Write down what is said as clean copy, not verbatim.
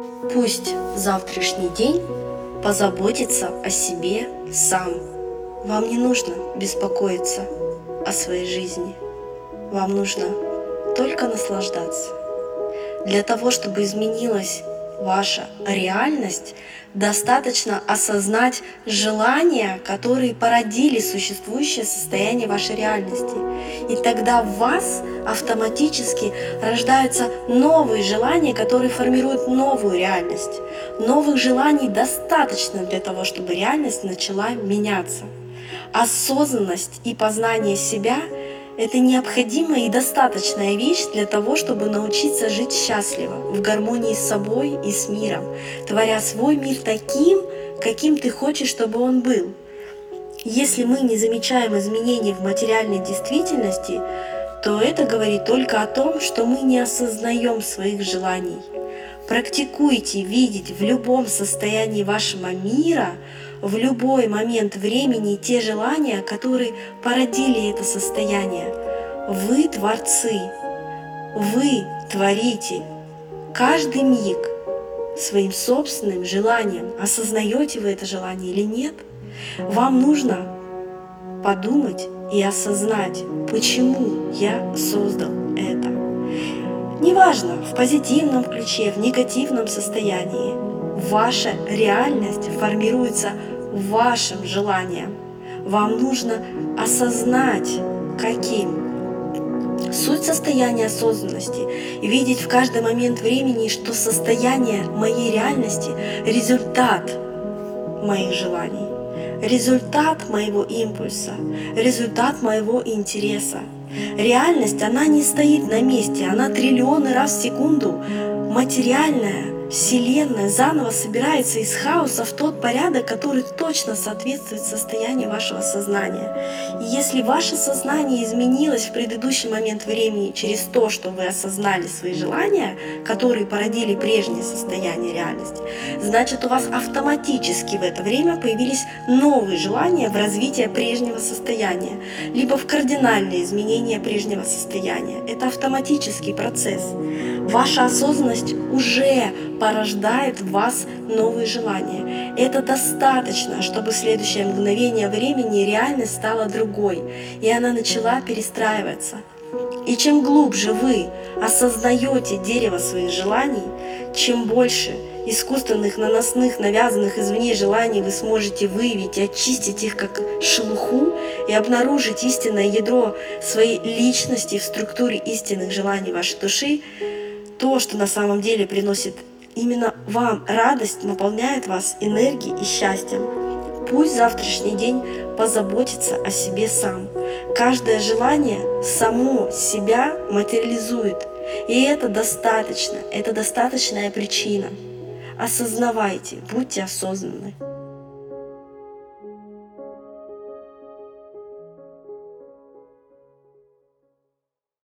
Пусть завтрашний день позаботится о себе сам. Вам не нужно беспокоиться о своей жизни. Вам нужно только наслаждаться. Для того, чтобы изменилась ваша реальность, достаточно осознать желания, которые породили существующее состояние вашей реальности. И тогда в вас автоматически рождаются новые желания, которые формируют новую реальность. Новых желаний достаточно для того, чтобы реальность начала меняться. Осознанность и познание себя — это необходимая и достаточная вещь для того, чтобы научиться жить счастливо, в гармонии с собой и с миром, творя свой мир таким, каким ты хочешь, чтобы он был. Если мы не замечаем изменений в материальной действительности, то это говорит только о том, что мы не осознаем своих желаний. Практикуйте видеть в любом состоянии вашего мира, в любой момент времени те желания, которые породили это состояние. Вы творцы, вы творите каждый миг своим собственным желанием. Осознаете вы это желание или нет? Вам нужно подумать и осознать, почему я создал это. Неважно, в позитивном ключе, в негативном состоянии. Ваша реальность формируется вашим желанием. Вам нужно осознать, каким. Суть состояния осознанности и видеть в каждый момент времени, что состояние моей реальности — результат моих желаний, результат моего импульса, результат моего интереса. Реальность, она не стоит на месте, она триллионы раз в секунду материальная. Вселенная заново собирается из хаоса в тот порядок, который точно соответствует состоянию вашего сознания. И если ваше сознание изменилось в предыдущий момент времени через то, что вы осознали свои желания, которые породили прежнее состояние реальности, значит, у вас автоматически в это время появились новые желания в развитии прежнего состояния, либо в кардинальное изменение прежнего состояния. Это автоматический процесс. Ваша осознанность уже порождает в вас новые желания. Это достаточно, чтобы в следующее мгновение времени реальность стала другой, и она начала перестраиваться. И чем глубже вы осознаете дерево своих желаний, чем больше искусственных, наносных, навязанных извне желаний вы сможете выявить и очистить их как шелуху и обнаружить истинное ядро своей личности в структуре истинных желаний вашей души, то, что на самом деле приносит именно вам радость, наполняет вас энергией и счастьем. Пусть завтрашний день позаботится о себе сам. Каждое желание само себя материализует. И это достаточно, это достаточная причина. Осознавайте, будьте осознанны.